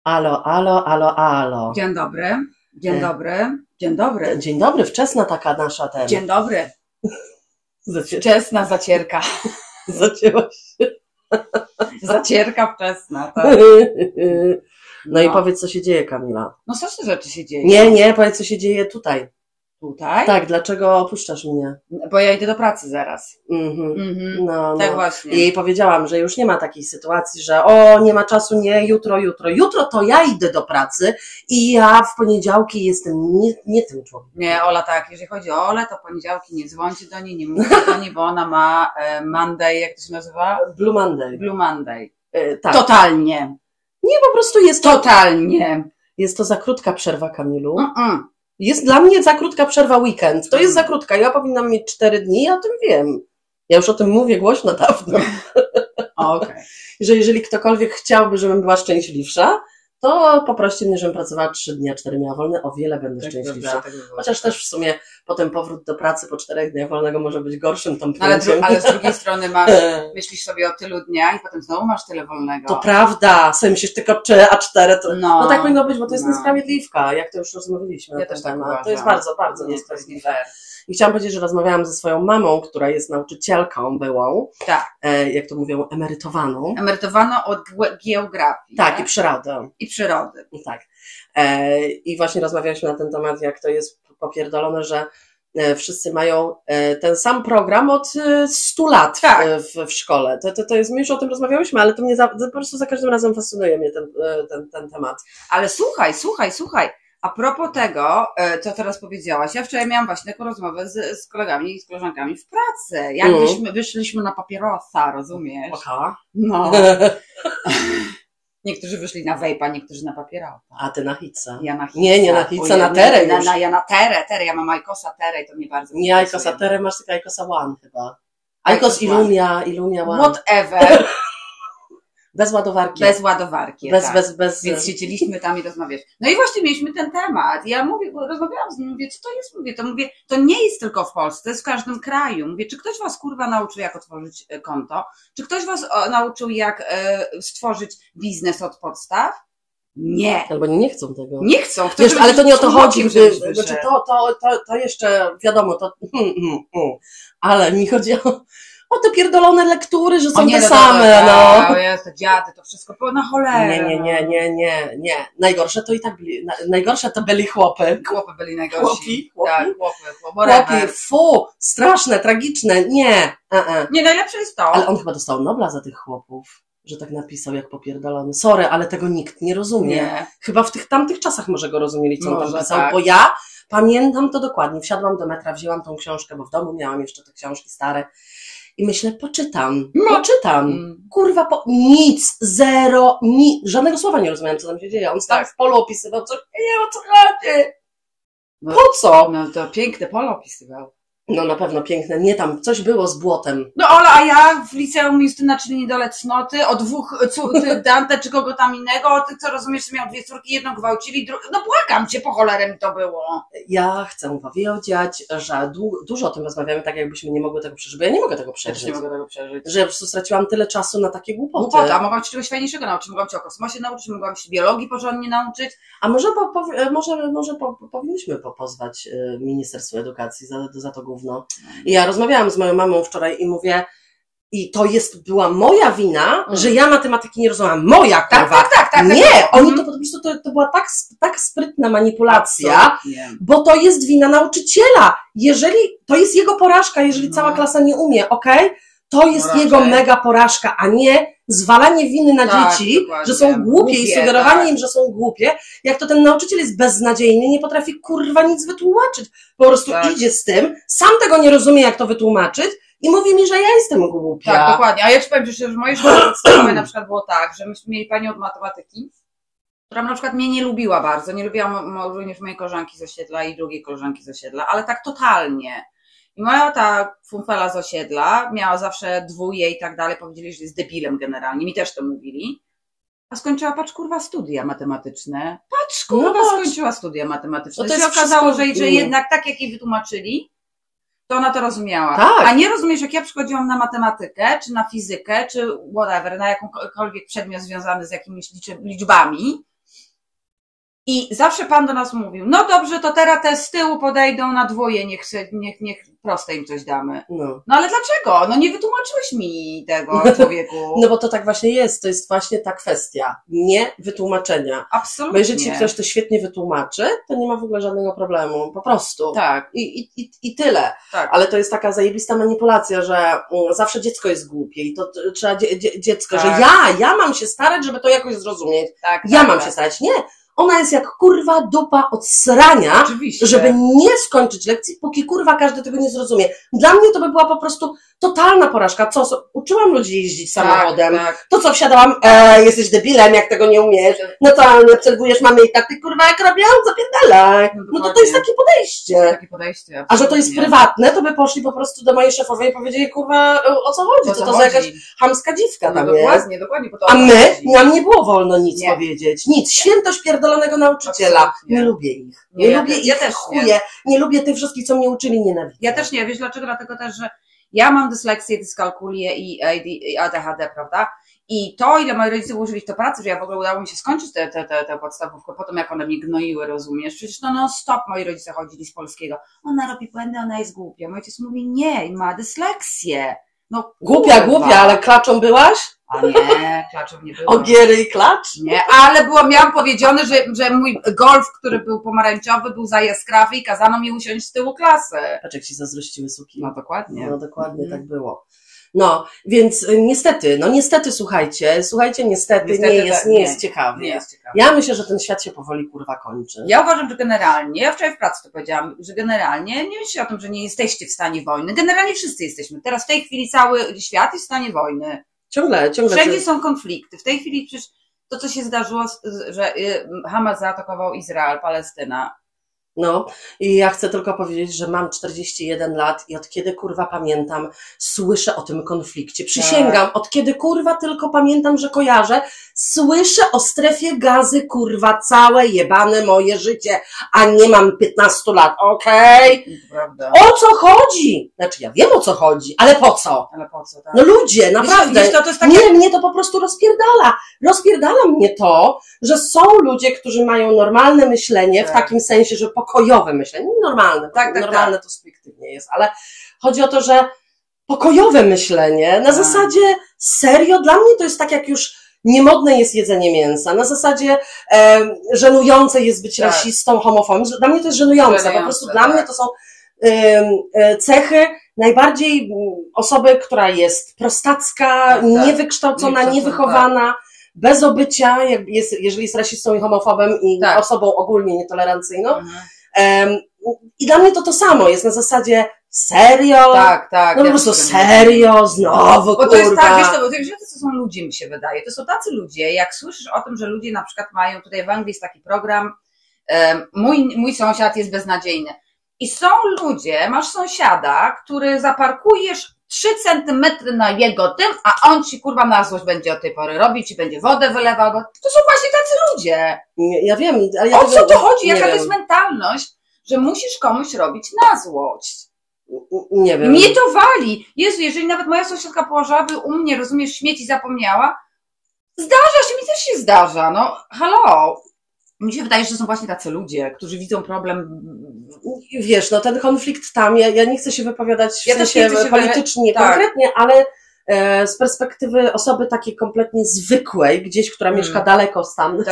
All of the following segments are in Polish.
Alo, alo, alo, alo. Dzień dobry, dzień dobry, dzień dobry. Dzień dobry, wczesna taka nasza Dzień dobry. Zacier... Wczesna zacierka. Zacięła się. Zacierka wczesna, tak. No i powiedz, co się dzieje, Kamila. No co te rzeczy się dzieje? Nie, powiedz, co się dzieje tutaj. Tutaj? Tak, dlaczego opuszczasz mnie? Bo ja idę do pracy zaraz. No, tak no. właśnie. I jej powiedziałam, że już nie ma takiej sytuacji, że o, nie ma czasu, nie, jutro. Jutro to ja idę do pracy i ja w poniedziałki jestem nie tym człowiekiem. Nie, Ola tak, jeżeli chodzi o Olę, to poniedziałki nie dzwońcie do niej, nie mówcie do niej, bo ona ma Monday, jak to się nazywa? Blue Monday. Blue Monday. Tak. Totalnie. Nie, po prostu jest to... Totalnie. Jest to za krótka przerwa, Kamilu. Jest dla mnie za krótka przerwa weekend. To jest za krótka. Ja powinnam mieć 4 dni, ja o tym wiem. Ja już o tym mówię głośno dawno. Okay. Że jeżeli ktokolwiek chciałby, żebym była szczęśliwsza, to poproście mnie, żebym pracowała 3 dni, a 4 dnia wolne. O wiele będę szczęśliwsza. Chociaż też w sumie potem powrót do pracy po 4 dniach wolnego może być gorszym tąpnięciem. Ale z drugiej strony myślisz sobie o tylu dniach i potem znowu masz tyle wolnego. To prawda. Sobie myślisz tylko 3, a 4 to... No tak powinno być, bo to jest niesprawiedliwka. Jak to już rozmawialiśmy na ten temat. To jest bardzo, bardzo niesprawiedliwe. I chciałam powiedzieć, że rozmawiałam ze swoją mamą, która jest nauczycielką byłą. Tak. Jak to mówią, emerytowaną. Emerytowaną od geografii. Tak, i przyrody. I przyrody. Tak. I właśnie rozmawialiśmy na ten temat, jak to jest popierdolone, że wszyscy mają ten sam program od 100 lat w szkole. To jest, my już o tym rozmawiałyśmy, ale to mnie po prostu za każdym razem fascynuje mnie ten temat. Ale słuchaj. A propos tego, co teraz powiedziałaś, ja wczoraj miałam właśnie taką rozmowę z kolegami i z koleżankami w pracy. Jak wyszliśmy na papierosa, rozumiesz? Aha. No. Niektórzy wyszli na wejpa, niektórzy na papierosa. A ty na hitsa? Ja na hitsa. Nie na hitsa, na terę już. Ja na terę, ja mam Ajkosa terę i to mnie bardzo... Nie Ajkosa terę, masz tylko Ajkosa One chyba. Ajkos Illumia One. Whatever. Bez ładowarki. Bez ładowarki, bez... Więc siedzieliśmy tam i rozmawiać. No i właśnie mieliśmy ten temat. Ja rozmawiałam z nim, mówię, co to jest? Mówię, to nie jest tylko w Polsce, to jest w każdym kraju. Mówię, czy ktoś was kurwa nauczył, jak otworzyć konto? Czy ktoś was nauczył, jak stworzyć biznes od podstaw? Nie. Albo nie chcą tego. Nie chcą. Wiesz, ale to nie o to chodzi. Znaczy to jeszcze wiadomo, ale mi chodzi o te pierdolone lektury, że są te same, no. Jest, dziady, to wszystko na cholerę. Nie. Najgorsze to byli chłopy. Chłopy byli najgorsi. Chłopi. Tak, chłopy, straszne, tragiczne, nie. Nie, najlepsze jest to. Ale on chyba dostał Nobla za tych chłopów, że tak napisał jak popierdolony. Sorry, ale tego nikt nie rozumie. Nie. Chyba w tych tamtych czasach może go rozumieli, co on tam pisał, tak. Bo ja pamiętam to dokładnie. Wsiadłam do metra, wzięłam tą książkę, bo w domu miałam jeszcze te książki stare. I myślę, poczytam. Kurwa, nic, zero, żadnego słowa nie rozumiałem, co tam się dzieje. On tam w polu opisywał, o co chodzi. Po co? No to piękne polo opisywał. No na pewno piękne. Nie, tam coś było z błotem. No Ola, a ja w liceum Justyna, czyli Niedole Cnoty, o 2 Dante czy kogo tam innego, ty co rozumiesz, że miał 2 córki, jedną gwałcili, no błagam cię, po cholerę mi to było. Ja chcę powiedzieć, że dużo o tym rozmawiamy, tak jakbyśmy nie mogły tego przeżyć, bo ja nie mogę tego przeżyć. Ja nie mogę tego przeżyć. Że ja po prostu straciłam tyle czasu na takie głupoty. A mogłam się czegoś fajniejszego nauczyć, mogłam się o kosmosie nauczyć, mogłam się biologii porządnie nauczyć. A może powinniśmy pozwać Ministerstwo Edukacji za to gówno. I ja rozmawiałam z moją mamą wczoraj i mówię, i to była moja wina, że ja matematyki nie rozumiałam. Moja kurwa. Tak. Nie, oni to po prostu, to była tak sprytna manipulacja, absolutnie. Bo to jest wina nauczyciela. Jeżeli, to jest jego porażka, jeżeli cała klasa nie umie, to jest jego mega porażka, a nie zwalanie winy na dzieci, dokładnie. Że są głupie i sugerowanie im, że są głupie, jak to ten nauczyciel jest beznadziejny, nie potrafi kurwa nic wytłumaczyć. Po prostu idzie z tym, sam tego nie rozumie, jak to wytłumaczyć i mówi mi, że ja jestem głupia. Tak, dokładnie. A ja ci powiem, że w mojej szkole podstawowej na przykład było tak, że myśmy mieli panią od matematyki, która na przykład mnie nie lubiła bardzo, nie lubiła również mojej koleżanki z osiedla i drugiej koleżanki z osiedla, ale tak totalnie. I moja ta funfela z osiedla miała zawsze 2 i tak dalej, powiedzieli, że jest debilem generalnie, mi też to mówili. A skończyła, patrz kurwa, studia matematyczne. Skończyła studia matematyczne. To się okazało, że jednak tak jak jej wytłumaczyli, to ona to rozumiała. Tak. A nie rozumiesz, jak ja przychodziłam na matematykę, czy na fizykę, czy whatever, na jakąkolwiek przedmiot związany z jakimiś liczbami, I zawsze pan do nas mówił, no dobrze, to teraz te z tyłu podejdą na dwoje, niech proste im coś damy. No ale dlaczego? No nie wytłumaczyłeś mi tego, człowieku. No bo to tak właśnie jest, to jest właśnie ta kwestia, nie wytłumaczenia. Absolutnie. Bo jeżeli ci ktoś to świetnie wytłumaczy, to nie ma w ogóle żadnego problemu, po prostu. Tak. I tyle. Tak. Ale to jest taka zajebista manipulacja, że zawsze dziecko jest głupie i to trzeba dziecko, tak. że ja mam się starać, żeby to jakoś zrozumieć. Tak, ja mam się starać. Nie. Ona jest jak kurwa dupa od srania, oczywiście, żeby nie skończyć lekcji, póki kurwa każdy tego nie zrozumie. Dla mnie to by była po prostu totalna porażka. Uczyłam ludzi jeździć samochodem. Tak. To co, wsiadałam, jesteś debilem, jak tego nie umiesz. No to nie obserwujesz mamy i tak, ty kurwa jak robią, zapierdalaj. No to jest takie podejście. A że to jest prywatne, to by poszli po prostu do mojej szefowej i powiedzieli, kurwa, o co chodzi? Co to za jakaś chamska dziwka tam jest. Dokładnie. A nam nie było wolno nic powiedzieć. Nic. Świętość pierdolonego nauczyciela. Absolutnie. Nie lubię ich. Nie lubię ich, też chuje. Nie lubię tych wszystkich, co mnie uczyli, nienawidzę. Ja też nie, wiesz dlaczego? Dlatego też, że ja mam dysleksję, dyskalkulię i ADHD, prawda? I to, ile moi rodzice włożyli w to pracy, że ja w ogóle udało mi się skończyć tę podstawówkę, potem jak one mnie gnoiły, rozumiesz? Przecież to non stop moi rodzice chodzili z polskiego. Ona robi błędy, ona jest głupia. Mój ojciec mówi, nie, ma dysleksję. No, głupia, ale klaczą byłaś? A nie, klaczów nie było. Ogiery i klacz? Nie, ale miałam powiedziane, że mój golf, który był pomarańczowy, był za jaskrawy i kazano mi usiąść z tyłu klasy. Patrz, jak ci zazdrościły suki. No dokładnie. No dokładnie tak było. No, więc niestety, słuchajcie, niestety nie jest ciekawie. Nie jest ciekawie. Ja myślę, że ten świat się powoli kurwa kończy. Ja uważam, że generalnie, ja wczoraj w pracy to powiedziałam, że generalnie nie myślcie o tym, że nie jesteście w stanie wojny. Generalnie wszyscy jesteśmy. Teraz w tej chwili cały świat jest w stanie wojny. Ciągle. Wszędzie są konflikty. W tej chwili przecież to, co się zdarzyło, że Hamas zaatakował Izrael, Palestyna. No i ja chcę tylko powiedzieć, że mam 41 lat i od kiedy kurwa pamiętam, słyszę o tym konflikcie. Przysięgam, od kiedy kurwa tylko pamiętam, że kojarzę, słyszę o strefie Gazy kurwa całe jebane moje życie, a nie mam 15 lat, okej? Prawda. O co chodzi? Znaczy ja wiem o co chodzi, ale po co? Tak. No ludzie, naprawdę. Wiesz, to jest tak mnie to po prostu rozpierdala. Rozpierdala mnie to, że są ludzie, którzy mają normalne myślenie w takim sensie, że pokojowe myślenie, normalne, normalne to subiektywnie jest, ale chodzi o to, że pokojowe myślenie, na zasadzie serio, dla mnie to jest tak jak już niemodne jest jedzenie mięsa, na zasadzie żenujące jest być rasistą, homofobem, dla mnie to jest żenujące, po prostu dla mnie to są cechy najbardziej osoby, która jest prostacka, niewykształcona, niewychowana, bez obycia, jeżeli jest rasistą i homofobem i osobą ogólnie nietolerancyjną. I dla mnie to samo jest na zasadzie serio? Tak. No po prostu serio, znowu, bo to jest tak, wiesz, to są ludzie, mi się wydaje. To są tacy ludzie, jak słyszysz o tym, że ludzie na przykład mają, tutaj w Anglii jest taki program, mój sąsiad jest beznadziejny. I są ludzie, masz sąsiada, który zaparkujesz 3 centymetry na jego tym, a on ci kurwa na złość będzie od tej pory robić, ci będzie wodę wylewał. To są właśnie tacy ludzie. Ja wiem. Ale o co to chodzi? Jaka to jest mentalność, że musisz komuś robić na złość? Nie wiem. Mnie to wali. Jezu, jeżeli nawet moja sąsiadka położałaby u mnie, rozumiesz, śmieci zapomniała, zdarza się, mi też się zdarza, no halo. Mi się wydaje, że to są właśnie tacy ludzie, którzy widzą problem. Wiesz, no ten konflikt tam, ja nie chcę się wypowiadać w sensie politycznie konkretnie, ale z perspektywy osoby takiej kompletnie zwykłej, gdzieś, która mieszka daleko stąd,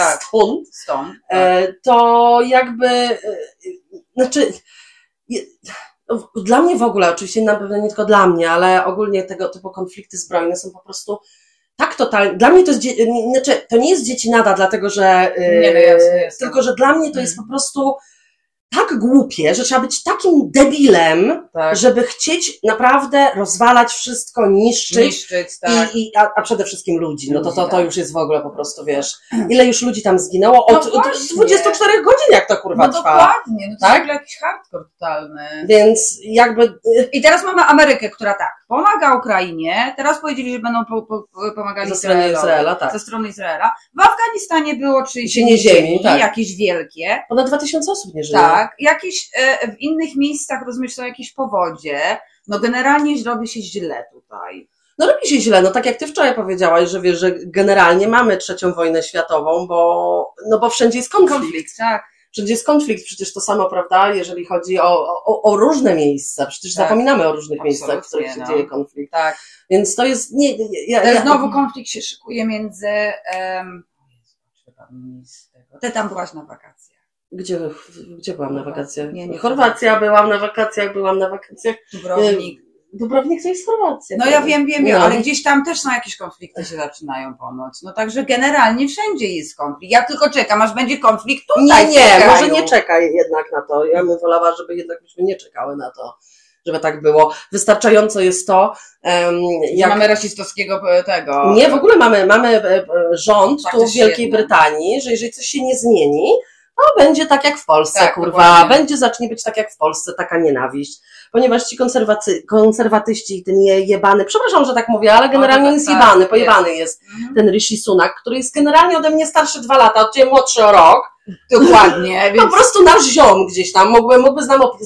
to jakby, znaczy, dla mnie w ogóle, oczywiście na pewno nie tylko dla mnie, ale ogólnie tego typu konflikty zbrojne są po prostu tak totalnie, dla mnie to jest, znaczy, to nie jest dziecinada, dlatego że, tylko że dla mnie to jest po prostu tak głupie, że trzeba być takim debilem, żeby chcieć naprawdę rozwalać wszystko, niszczyć a przede wszystkim ludzi. No to już jest w ogóle po prostu, wiesz, ile już ludzi tam zginęło od 24 godzin, jak to kurwa trwa. Dokładnie, no to jest w ogóle jakiś hardcore totalny. Więc jakby... I teraz mamy Amerykę, która pomaga Ukrainie, teraz powiedzieli, że będą pomagali ze strony Izraela, ze strony Izraela. W Afganistanie było 30 ziemi, jakieś wielkie. Ponad 2000 osób nie żyje. Jakieś w innych miejscach, rozumiesz, są jakieś powodzie. No generalnie robi się źle tutaj. No robi się źle, no tak jak ty wczoraj powiedziałaś, że wiesz, że generalnie mamy trzecią wojnę światową, bo wszędzie jest konflikt. Tak. Wszędzie jest konflikt, przecież to samo, prawda, jeżeli chodzi o różne miejsca, przecież zapominamy o różnych miejscach, w których się dzieje konflikt. Tak. Więc to jest... Znowu konflikt się szykuje między... Ty tam byłaś na wakacjach. Gdzie byłam na wakacjach? Nie, Chorwacja, byłam na wakacjach. Dubrovnik to jest Chorwacja. No ja wiem, ale gdzieś tam też są jakieś konflikty się zaczynają ponoć. No także generalnie wszędzie jest konflikt. Ja tylko czekam, aż będzie konflikt tutaj. Nie, może nie czekaj jednak na to. Ja bym wolała, żeby jednak byśmy nie czekały na to, żeby tak było. Wystarczająco jest to, jak... Mamy rasistowskiego tego... Nie, w ogóle mamy rząd tu w Wielkiej Brytanii, że jeżeli coś się nie zmieni, to będzie tak jak w Polsce, tak, kurwa. Zacznie być tak jak w Polsce, taka nienawiść. Ponieważ ci konserwatyści i ten jebany, przepraszam, że tak mówię, ale generalnie on jest jebany, pojebany jest ten Rishi Sunak, który jest generalnie ode mnie starszy 2 lata, od ciebie młodszy o rok. Dokładnie. Więc... Po prostu nasz ziom gdzieś tam, mógłby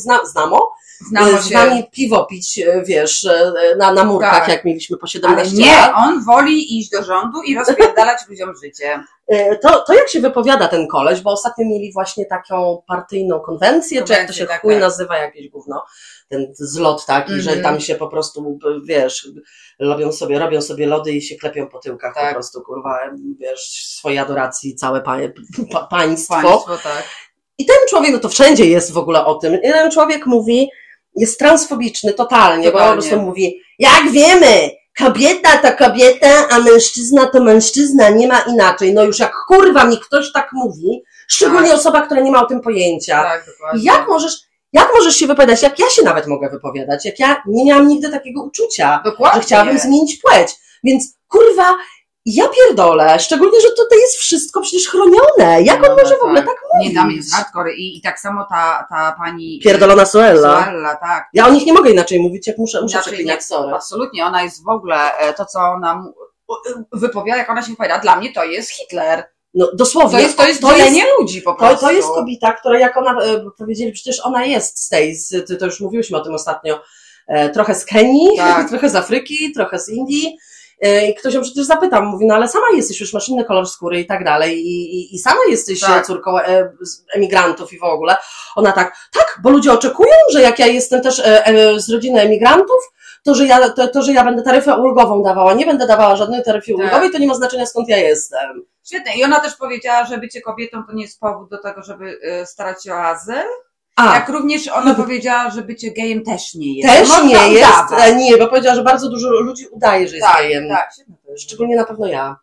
z nami piwo pić, wiesz, na murkach, tak. Jak mieliśmy po 17 lat. Ale nie, on woli iść do rządu i rozpierdalać ludziom życie. To jak się wypowiada ten koleś, bo ostatnio mieli właśnie taką partyjną konwencję, czy jak to się chuj nazywa, jakieś gówno, ten zlot taki, że tam się po prostu, wiesz, robią sobie lody i się klepią po tyłkach po prostu, kurwa, wiesz, swojej adoracji całe państwo. Tak. I ten człowiek, no to wszędzie jest w ogóle o tym, i ten człowiek mówi, jest transfobiczny totalnie, bo po prostu mówi, jak wiemy, kobieta to kobieta, a mężczyzna to mężczyzna, nie ma inaczej. No już jak kurwa mi ktoś tak mówi, szczególnie osoba, która nie ma o tym pojęcia. Tak, dokładnie. Jak możesz się wypowiadać, jak ja się nawet mogę wypowiadać, jak ja nie miałam nigdy takiego uczucia, że chciałabym zmienić płeć. Więc kurwa, ja pierdolę, szczególnie, że tutaj jest wszystko przecież chronione. Jak on może w ogóle tak mówić? Nie, tam jest hardcore i tak samo ta pani... Pierdolona Suella. Tak. Ja o nich nie mogę inaczej mówić, jak muszę przeklinać, sorry. Absolutnie, ona jest w ogóle, to co ona wypowiada, jak ona się wypowiada, dla mnie to jest Hitler. No dosłownie. To jest dzielenie ludzi po prostu. To jest kobieta, która jak ona, powiedzieli, przecież ona jest z tej, to już mówiłyśmy o tym ostatnio, trochę z Kenii, trochę z Afryki, trochę z Indii. I ktoś ją przecież zapytał, mówi, no ale sama jesteś, już masz inny kolor skóry i tak dalej i sama jesteś córką emigrantów i w ogóle. Ona tak, bo ludzie oczekują, że jak ja jestem też z rodziny emigrantów, to, że ja będę taryfę ulgową dawała, nie będę dawała żadnej taryfy ulgowej, to nie ma znaczenia skąd ja jestem. Świetnie. I ona też powiedziała, że bycie kobietą to nie jest powód do tego, żeby starać się o azyl. Jak również ona powiedziała, że bycie gejem też nie jest. Też nie jest. Nie, bo powiedziała, że bardzo dużo ludzi udaje, że jest gejem. Tak. Szczególnie na pewno ja.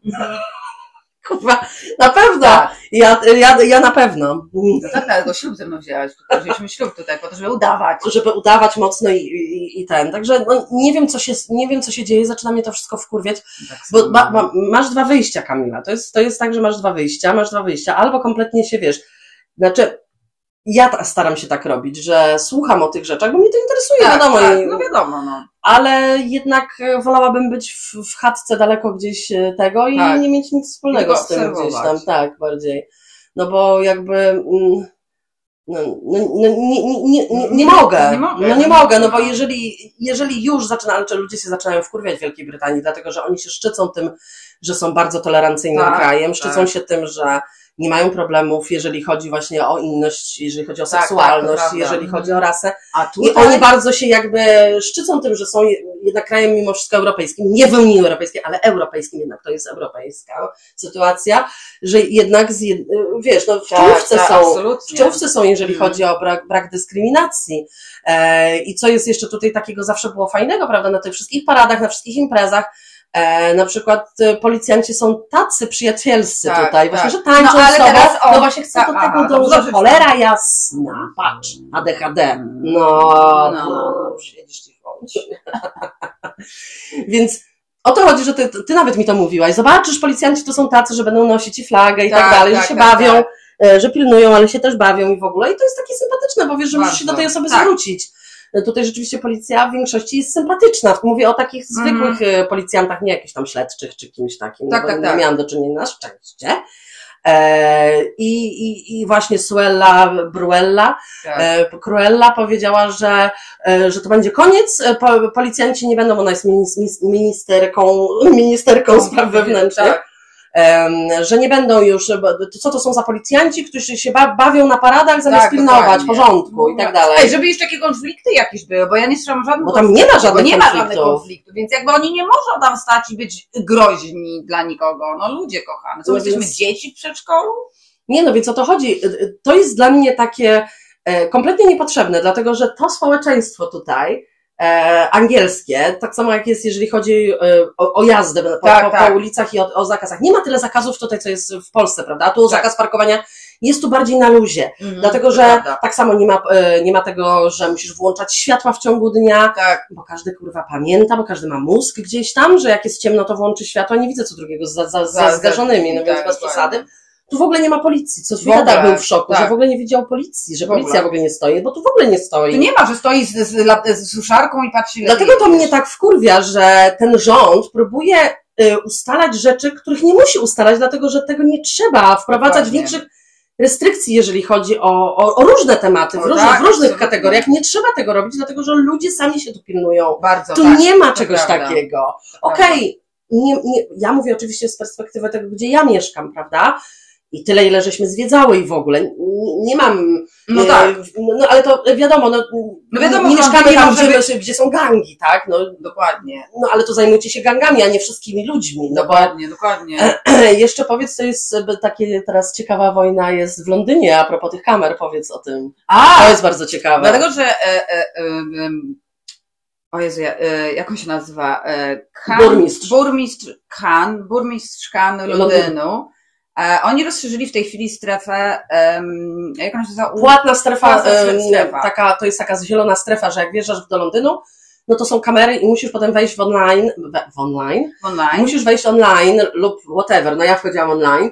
Kurwa, na pewno. Tak. Ja na pewno. No tak, go ślub ze mną wzięłaś. Wzięliśmy ślub tutaj po to, żeby udawać. Żeby udawać mocno i ten. Także no, nie wiem, co się dzieje, zaczyna mnie to wszystko wkurwiać. Tak, bo masz 2 wyjścia, Kamila. To jest tak, że masz dwa wyjścia. Albo kompletnie się wiesz. Znaczy, ja staram się tak robić, że słucham o tych rzeczach, bo mnie to interesuje, wiadomo. No wiadomo, no. Ale jednak wolałabym być w chatce daleko gdzieś tego i nie mieć nic wspólnego z tym gdzieś tam. Tak, bardziej. No bo jakby... Nie mogę, no bo jeżeli już ludzie się zaczynają wkurwiać w Wielkiej Brytanii, dlatego, że oni się szczycą tym, że są bardzo tolerancyjnym krajem, szczycą się tym, że nie mają problemów, jeżeli chodzi właśnie o inność, jeżeli chodzi o seksualność, jeżeli chodzi o rasę. I oni bardzo się jakby szczycą tym, że są jednak krajem mimo wszystko europejskim, nie w Unii Europejskiej, ale europejskim, jednak to jest europejska sytuacja, że jednak wiesz, no w czołówce są, jeżeli chodzi o brak dyskryminacji. I co jest jeszcze tutaj takiego zawsze było fajnego, prawda, na tych wszystkich paradach, na wszystkich imprezach, na przykład policjanci są tacy przyjacielscy tutaj, właśnie, że tańczą z sobą, no właśnie chcę do tego dążyć, cholera jasna, patrz, ADHD, siedzisz cicho. Więc o to chodzi, że ty nawet mi to mówiłaś, zobaczysz, policjanci to są tacy, że będą nosić i flagę i tak dalej, że się bawią, że pilnują, ale się też bawią i w ogóle i to jest takie sympatyczne, bo wiesz, że musisz się do tej osoby zwrócić. Tutaj rzeczywiście policja w większości jest sympatyczna. Mówię o takich zwykłych policjantach, nie jakichś tam śledczych czy kimś takim. Nie miałam do czynienia na szczęście. I właśnie Suella Cruella powiedziała, że to będzie koniec, policjanci nie będą, ona jest ministerką spraw wewnętrznych. Tak. Że nie będą już, co to są za policjanci, którzy się bawią na paradach zamiast pilnować porządku i tak dalej. Żeby jeszcze takie konflikty jakieś były, bo ja nie słyszałam żadnych konfliktów. Bo tam nie ma żadnych konfliktów, więc jakby oni nie muszą tam stać i być groźni dla nikogo. No ludzie kochane, co jesteśmy dzieci w przedszkolu? Nie, no więc o to chodzi. To jest dla mnie takie kompletnie niepotrzebne, dlatego że to społeczeństwo tutaj angielskie, tak samo jak jest, jeżeli chodzi o jazdę po ulicach i o zakazach. Nie ma tyle zakazów tutaj, co jest w Polsce, prawda? Tu zakaz parkowania jest tu bardziej na luzie, dlatego że tak samo nie ma tego, że musisz włączać światła w ciągu dnia, bo każdy kurwa pamięta, bo każdy ma mózg gdzieś tam, że jak jest ciemno, to włączy światła, nie widzę co drugiego za zgaszonymi, no więc bez przesady. Tu w ogóle nie ma policji, co Świata był w szoku, że w ogóle nie widział policji, że policja w ogóle nie stoi, bo tu w ogóle nie stoi. Tu nie ma, że stoi z suszarką i patrzy. Dlatego to mnie tak wkurwia, że ten rząd próbuje ustalać rzeczy, których nie musi ustalać, dlatego że tego nie trzeba wprowadzać większych restrykcji, jeżeli chodzi o różne tematy, w różnych kategoriach. Nie trzeba tego robić, dlatego że ludzie sami się tu pilnują. Tu nie ma czegoś takiego. Ja mówię oczywiście z perspektywy tego, gdzie ja mieszkam, prawda? I tyle, ile żeśmy zwiedzały i w ogóle. Nie mam... No ale to wiadomo, nie mieszkamy tam, gdzie są gangi, tak? No, dokładnie. No, ale to zajmujcie się gangami, a nie wszystkimi ludźmi. Dokładnie. Jeszcze powiedz, to jest takie teraz ciekawa wojna jest w Londynie, a propos tych kamer, powiedz o tym. To jest bardzo ciekawe. Dlatego, że... O Jezu, jak on się nazywa? Burmistrz Khan Londynu. Oni rozszerzyli w tej chwili strefę, jak ona się nazywa? Płatna strefa. To jest taka zielona strefa, że jak wjeżdżasz do Londynu, no to są kamery i musisz potem wejść online. Musisz wejść online lub whatever, no ja wchodziłam online,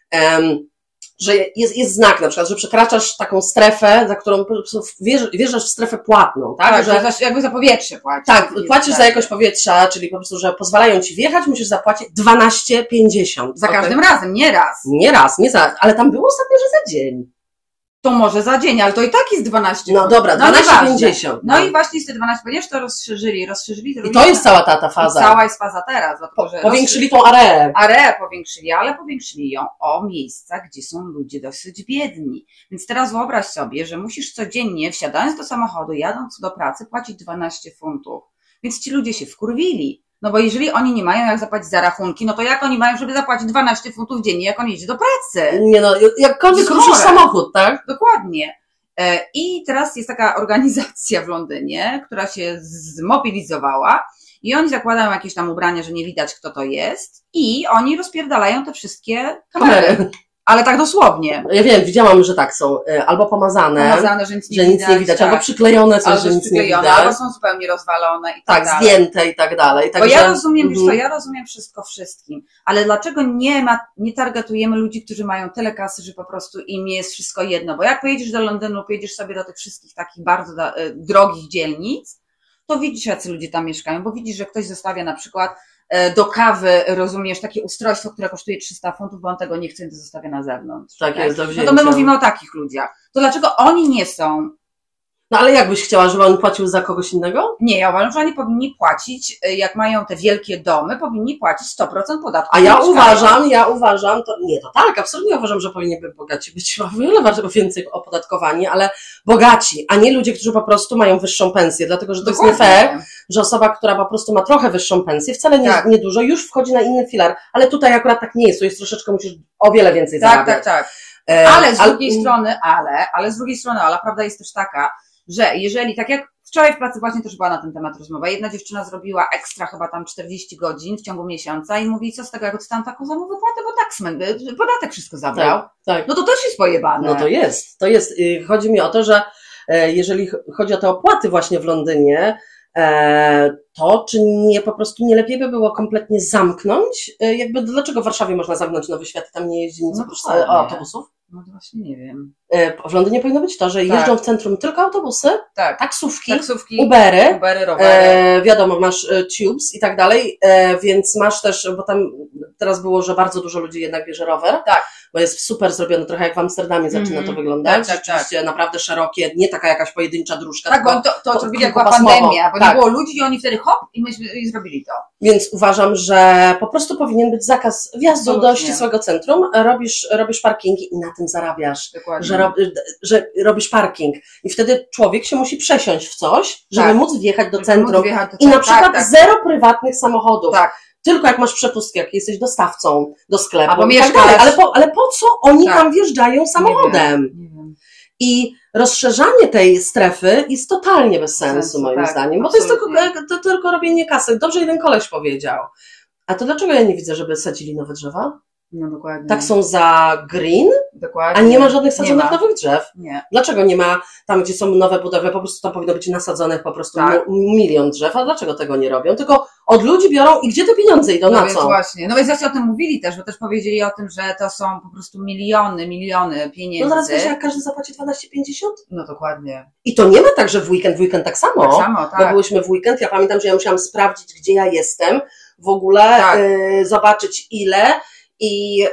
że jest znak na przykład, że przekraczasz taką strefę, za którą po prostu wjeżdżasz w strefę płatną, tak? Że jakby za powietrze płacisz. Tak, płacisz za jakość powietrza, czyli po prostu, że pozwalają ci wjechać, musisz zapłacić 12,50. Za każdym razem, nie raz. Nie raz, ale tam było ostatnio, że za dzień. To może za dzień, ale to i tak jest 12. No dobra, 12,50. No i właśnie z te 12, ponieważ to rozszerzyli. I to jest cała ta faza. Cała jest faza teraz. Dlatego, że powiększyli tą areę. Areę powiększyli, ale powiększyli ją o miejsca, gdzie są ludzie dosyć biedni. Więc teraz wyobraź sobie, że musisz codziennie, wsiadając do samochodu, jadąc do pracy, płacić 12 funtów. Więc ci ludzie się wkurwili. No bo jeżeli oni nie mają jak zapłacić za rachunki, no to jak oni mają, żeby zapłacić 12 funtów dziennie, jak on jedzie do pracy? Nie no, jakkolwiek ruszysz samochód, tak? Dokładnie. I teraz jest taka organizacja w Londynie, która się zmobilizowała i oni zakładają jakieś tam ubrania, że nie widać kto to jest i oni rozpierdalają te wszystkie kamery. Ale tak dosłownie. Ja wiem, widziałam, że tak są. Albo pomazane, że nic nie widać, albo przyklejone coś, że nic nie widać. Albo są zupełnie rozwalone i tak dalej. Zdjęte i tak dalej. Bo ja rozumiem, wiesz co, ja rozumiem wszystko wszystkim, ale dlaczego nie targetujemy ludzi, którzy mają tyle kasy, że po prostu im jest wszystko jedno? Bo jak pojedziesz do Londynu, pojedziesz sobie do tych wszystkich takich bardzo drogich dzielnic, to widzisz, jacy ludzie tam mieszkają, bo widzisz, że ktoś zostawia na przykład do kawy, rozumiesz, takie ustrojstwo, które kosztuje 300 funtów, bo on tego nie chce, to zostawia na zewnątrz. Tak jest, do wzięcia. No to my mówimy o takich ludziach. To dlaczego oni nie są? No ale jakbyś chciała, żeby on płacił za kogoś innego? Nie, ja uważam, że oni powinni płacić, jak mają te wielkie domy, powinni płacić 100% podatku. A ja uważam, to tak, absolutnie uważam, że powinni bogaci być o wiele więcej opodatkowani, ale bogaci, a nie ludzie, którzy po prostu mają wyższą pensję, dlatego, że to jest nie fair, że osoba, która po prostu ma trochę wyższą pensję, wcale nie dużo, już wchodzi na inny filar, ale tutaj akurat tak nie jest, to jest troszeczkę, musisz o wiele więcej zarabiać. Tak. Ale z drugiej strony, ale prawda jest też taka, że jeżeli, tak jak wczoraj w pracy właśnie też była na ten temat rozmowa, jedna dziewczyna zrobiła ekstra chyba tam 40 godzin w ciągu miesiąca i mówi, co z tego, jak dostałam taką samą wypłatę, bo podatek wszystko zabrał. Tak. No to też jest pojebane. No to jest. Chodzi mi o to, że jeżeli chodzi o te opłaty właśnie w Londynie, to czy nie po prostu nie lepiej by było kompletnie zamknąć? Jakby dlaczego w Warszawie można zamknąć Nowy Świat i tam nie jeździ nic oprócz autobusów? No to właśnie nie wiem. W Londynie powinno być to, że jeżdżą w centrum tylko autobusy, taksówki, Ubery, rowery. Wiadomo, masz tubes i tak dalej, więc masz też, bo tam teraz było, że bardzo dużo ludzi jednak bierze rower, tak. Bo jest super zrobione, trochę jak w Amsterdamie zaczyna to wyglądać, rzeczywiście naprawdę szerokie, nie taka jakaś pojedyncza dróżka. Tak, bo to zrobili jak była pandemia, bo nie było ludzi i oni wtedy hop i zrobili to. Więc uważam, że po prostu powinien być zakaz wjazdu do ścisłego centrum, robisz parkingi i na tym zarabiasz, że robisz parking i wtedy człowiek się musi przesiąść w coś, żeby móc wjechać do centrum i na przykład zero prywatnych samochodów. Tak. Tylko jak masz przepustkę, jak jesteś dostawcą do sklepu albo i tak dalej. Ale po co oni tam wjeżdżają samochodem? Nie wiem. I rozszerzanie tej strefy jest totalnie bez sensu moim zdaniem, bo absolutnie. To jest tylko robienie kasy. Dobrze jeden koleś powiedział. A to dlaczego ja nie widzę, żeby sadzili nowe drzewa? No dokładnie. Tak są za green, dokładnie. A nie ma żadnych sadzonych nowych drzew. Nie. Dlaczego nie ma tam, gdzie są nowe budowle, po prostu tam powinno być nasadzonych po prostu milion drzew, a dlaczego tego nie robią? Tylko od ludzi biorą i gdzie te pieniądze idą, na co? Właśnie. No więc właśnie o tym mówili też, bo też powiedzieli o tym, że to są po prostu miliony pieniędzy. No teraz wiesz, jak każdy zapłaci 12,50? No dokładnie. I to nie ma tak, że w weekend tak samo. Tak samo, tak. Bo byłyśmy w weekend, ja pamiętam, że ja musiałam sprawdzić, gdzie ja jestem, w ogóle zobaczyć ile. I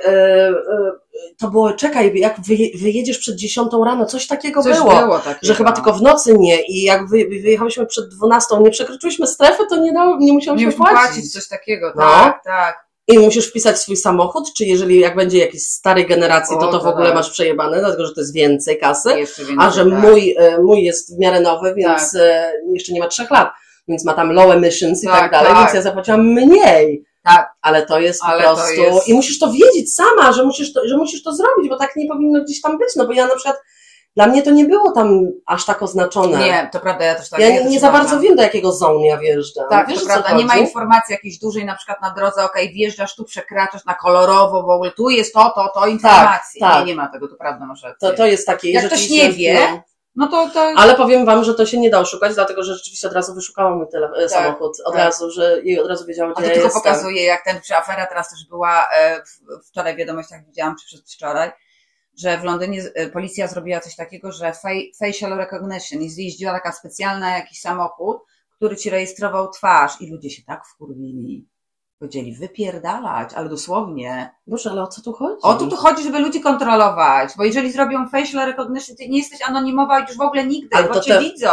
to było, czekaj, jak wyjedziesz przed 10 rano, coś takiego było że chyba tylko w nocy nie i jak wyjechałyśmy przed 12, nie przekroczyliśmy strefy, to nie musiałyśmy płacić. Coś takiego, tak. I musisz wpisać swój samochód, czy jeżeli jak będzie jakiś starej generacji, to w ogóle masz przejebane, dlatego że to jest więcej kasy, a że mój jest w miarę nowy, więc jeszcze nie ma 3 lat, więc ma tam low emissions i tak dalej, więc ja zapłaciłam mniej. Tak, ale to jest po prostu i musisz to wiedzieć sama, że musisz to zrobić, bo tak nie powinno gdzieś tam być, no bo ja na przykład, dla mnie to nie było tam aż tak oznaczone. Nie, to prawda, ja też tak. Ja nie za bardzo wiem, do jakiego zone ja wjeżdżam. Tak, wiesz, to prawda, nie ma informacji jakiejś dużej na przykład na drodze, wjeżdżasz, tu przekraczasz na kolorowo w ogóle, tu jest to informacji. Tak. Nie ma tego, to prawda, masz rację. To jest takie, jak ktoś nie wie, no to... Ale powiem wam, że to się nie da oszukać, dlatego że rzeczywiście od razu wyszukałam mój samochód, od razu, że jej od razu wiedziała, gdzie ja jestem. A to tylko pokazuje, jak afera teraz też była, wczoraj w wiadomościach widziałam, czy przedwczoraj, że w Londynie policja zrobiła coś takiego, że facial recognition i zjeździła taka specjalna jakiś samochód, który ci rejestrował twarz i ludzie się tak wkurwili. Powiedzieli wypierdalać, ale dosłownie. Boże, ale o co tu chodzi? O to tu chodzi, żeby ludzi kontrolować, bo jeżeli zrobią facial recognition, ty nie jesteś anonimowa już w ogóle nigdy, ale bo cię widzą.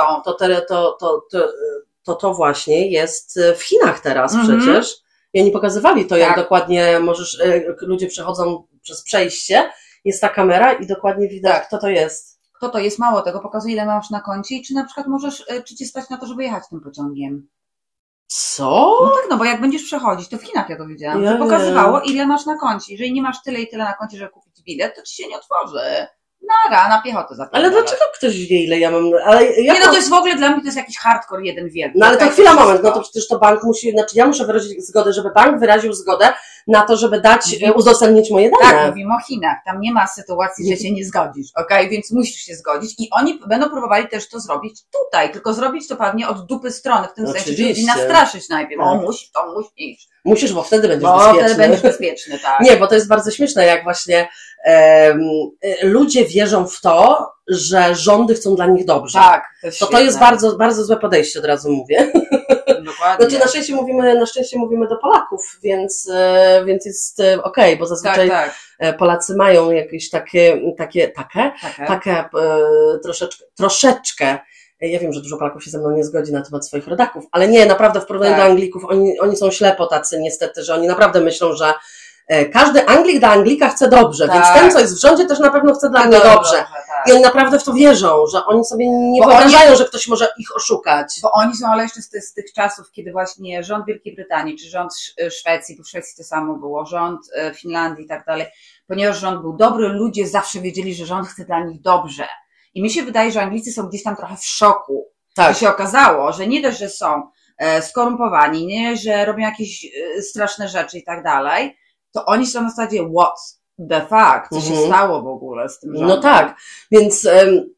To właśnie jest w Chinach teraz przecież. I oni pokazywali to, jak dokładnie ludzie przechodzą przez przejście, jest ta kamera i dokładnie widać, kto to jest. Kto to jest, mało tego, pokazuje, ile masz na koncie i czy na przykład czy cię stać na to, żeby jechać tym pociągiem. Co? No tak, bo jak będziesz przechodzić, to w Chinach ja to widziałam, że pokazywało, ile masz na koncie. Jeżeli nie masz tyle i tyle na koncie, żeby kupić bilet, to ci się nie otworzy. Na piechotę zapierdalasz. Ale dlaczego ktoś wie, ile ja mam? To jest w ogóle dla mnie to jest jakiś hardcore jeden wielki. No ale to chwila, moment, no to przecież to bank musi, ja muszę wyrazić zgodę, żeby bank wyraził zgodę na to, żeby udostępnić moje dane. Tak, mówimy o Chinach. Tam nie ma sytuacji, że się nie zgodzisz, więc musisz się zgodzić i oni będą próbowali też to zrobić tutaj, tylko zrobić to pewnie od dupy strony, w tym sensie, że ludzi nastraszyć najpierw. Musisz. Musisz, bo wtedy będziesz bezpieczny. Wtedy będziesz bezpieczny, tak. Nie, bo to jest bardzo śmieszne, jak właśnie ludzie wierzą w to, że rządy chcą dla nich dobrze. Tak, to jest bardzo, bardzo złe podejście, od razu mówię. Dokładnie. Znaczy na szczęście mówimy do Polaków, więc jest okej, bo zazwyczaj Polacy mają jakieś takie troszeczkę. Ja wiem, że dużo Polaków się ze mną nie zgodzi na temat swoich rodaków, ale nie, naprawdę w porównaniu do Anglików, oni są ślepo tacy niestety, że oni naprawdę myślą, że każdy Anglik dla Anglika chce dobrze, więc ten, co jest w rządzie, też na pewno chce dla mnie dobrze. I oni naprawdę w to wierzą, że oni sobie nie wyobrażają, że ktoś może ich oszukać. Bo oni są, ale jeszcze z tych czasów, kiedy właśnie rząd Wielkiej Brytanii, czy rząd Szwecji, bo w Szwecji to samo było, rząd Finlandii i tak dalej, ponieważ rząd był dobry, ludzie zawsze wiedzieli, że rząd chce dla nich dobrze. I mi się wydaje, że Anglicy są gdzieś tam trochę w szoku. Że się okazało, że nie dość, że są skorumpowani, nie, że robią jakieś straszne rzeczy i tak dalej, to oni są na zasadzie what the fuck, co się stało w ogóle z tym rządem. No tak, więc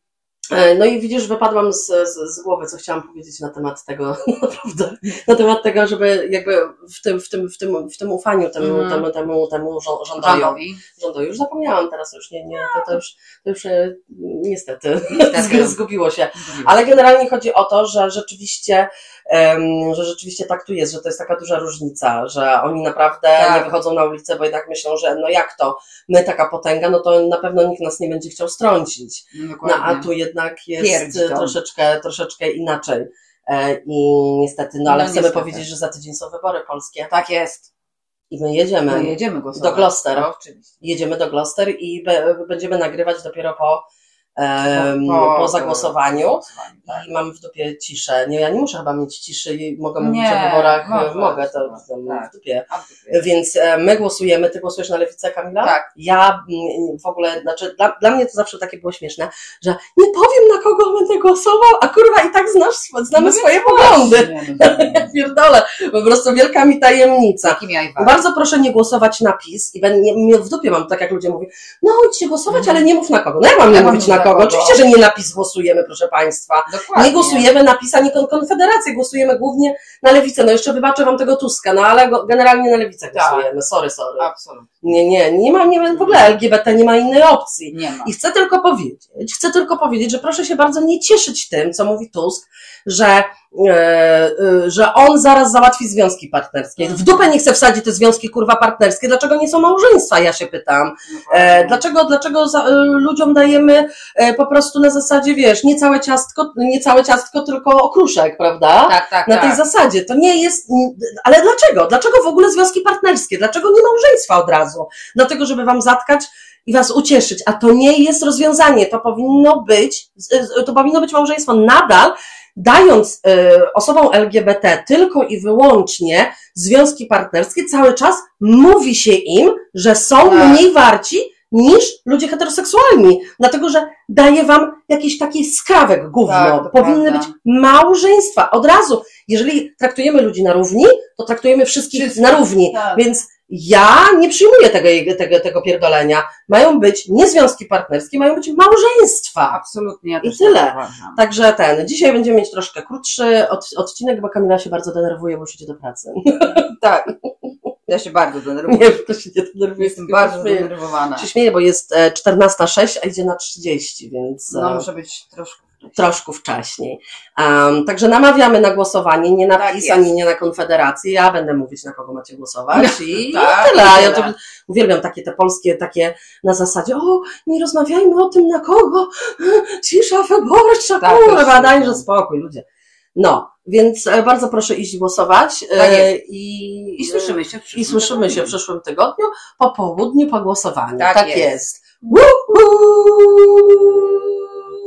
No i widzisz, wypadłam z głowy, co chciałam powiedzieć na temat tego, naprawdę, na temat tego, żeby jakby w tym ufaniu temu rządowi. Już zapomniałam teraz, to już niestety zgubiło się. Ale generalnie chodzi o to, że rzeczywiście tak tu jest, że to jest taka duża różnica, że oni naprawdę nie wychodzą na ulicę, bo jednak myślą, że no jak to, my taka potęga, no to na pewno nikt nas nie będzie chciał strącić. No a tu jednak jest troszeczkę inaczej. I niestety, ale chcemy powiedzieć, że za tydzień są wybory polskie. Tak jest. I my jedziemy głosować. Do Gloucester. No, jedziemy do Gloucester i będziemy nagrywać dopiero po zagłosowaniu. Tak. I mam w dupie ciszę. Ja nie muszę chyba mieć ciszy i mogę mówić o wyborach. Mogę, to w dupie. Więc my głosujemy. Ty głosujesz na lewicę, Kamila? Tak. Ja w ogóle, znaczy dla mnie to zawsze takie było śmieszne, że nie powiem, na kogo będę głosował, a kurwa i tak znamy swoje poglądy. Ja pierdolę. Po prostu wielka mi tajemnica. Bardzo proszę nie głosować na PiS i w dupie mam, tak jak ludzie mówią, no idźcie głosować, ale nie mów na kogo. No ja mam nie mówić na kogo. Oczywiście, że nie na PiS głosujemy, proszę Państwa. Dokładnie. Nie głosujemy na PiS, ani Konfederację, głosujemy głównie na lewicę. No jeszcze wybaczę wam tego Tuska, no ale generalnie na lewicę głosujemy. Sorry. Absolutnie. Nie ma w ogóle LGBT, nie ma innej opcji. Nie ma. I chcę tylko powiedzieć, że proszę się bardzo nie cieszyć tym, co mówi Tusk, że on zaraz załatwi związki partnerskie. W dupę nie chce wsadzić te związki kurwa partnerskie. Dlaczego nie są małżeństwa? Ja się pytam. Dlaczego ludziom dajemy po prostu na zasadzie, wiesz, nie całe ciastko, tylko okruszek, prawda? Tak. Na tej zasadzie. To nie jest, ale dlaczego? Dlaczego w ogóle związki partnerskie? Dlaczego nie małżeństwa od razu? Dlatego, żeby wam zatkać i was ucieszyć. A to nie jest rozwiązanie. To powinno być małżeństwo nadal, dając osobom LGBT tylko i wyłącznie związki partnerskie, cały czas mówi się im, że są mniej warci niż ludzie heteroseksualni, dlatego że daje wam jakiś taki skrawek gówno. Powinny być małżeństwa. Od razu, jeżeli traktujemy ludzi na równi, to traktujemy wszystkich na równi, więc ja nie przyjmuję tego pierdolenia. Mają być nie związki partnerskie, mają być małżeństwa. Absolutnie. Ja i tyle. Także dzisiaj będziemy mieć troszkę krótszy odcinek, bo Kamila się bardzo denerwuje, bo już idzie do pracy. Tak. Ja się bardzo denerwuję. Nie, to się nie denerwuje. Jestem bardzo zdenerwowana. Się śmieję, bo jest 14:06, a idzie na 30, więc... No muszę być troszkę wcześniej. Także namawiamy na głosowanie, nie na PiS, ani nie na Konfederację. Ja będę mówić, na kogo macie głosować i tyle. Ja to uwielbiam te polskie, takie na zasadzie, nie rozmawiajmy o tym, na kogo, cisza wyborcza, kurwa, dajże spokój, ludzie. No, więc bardzo proszę iść głosować i słyszymy się w przyszłym tygodniu, po południu, po głosowaniu. Tak jest.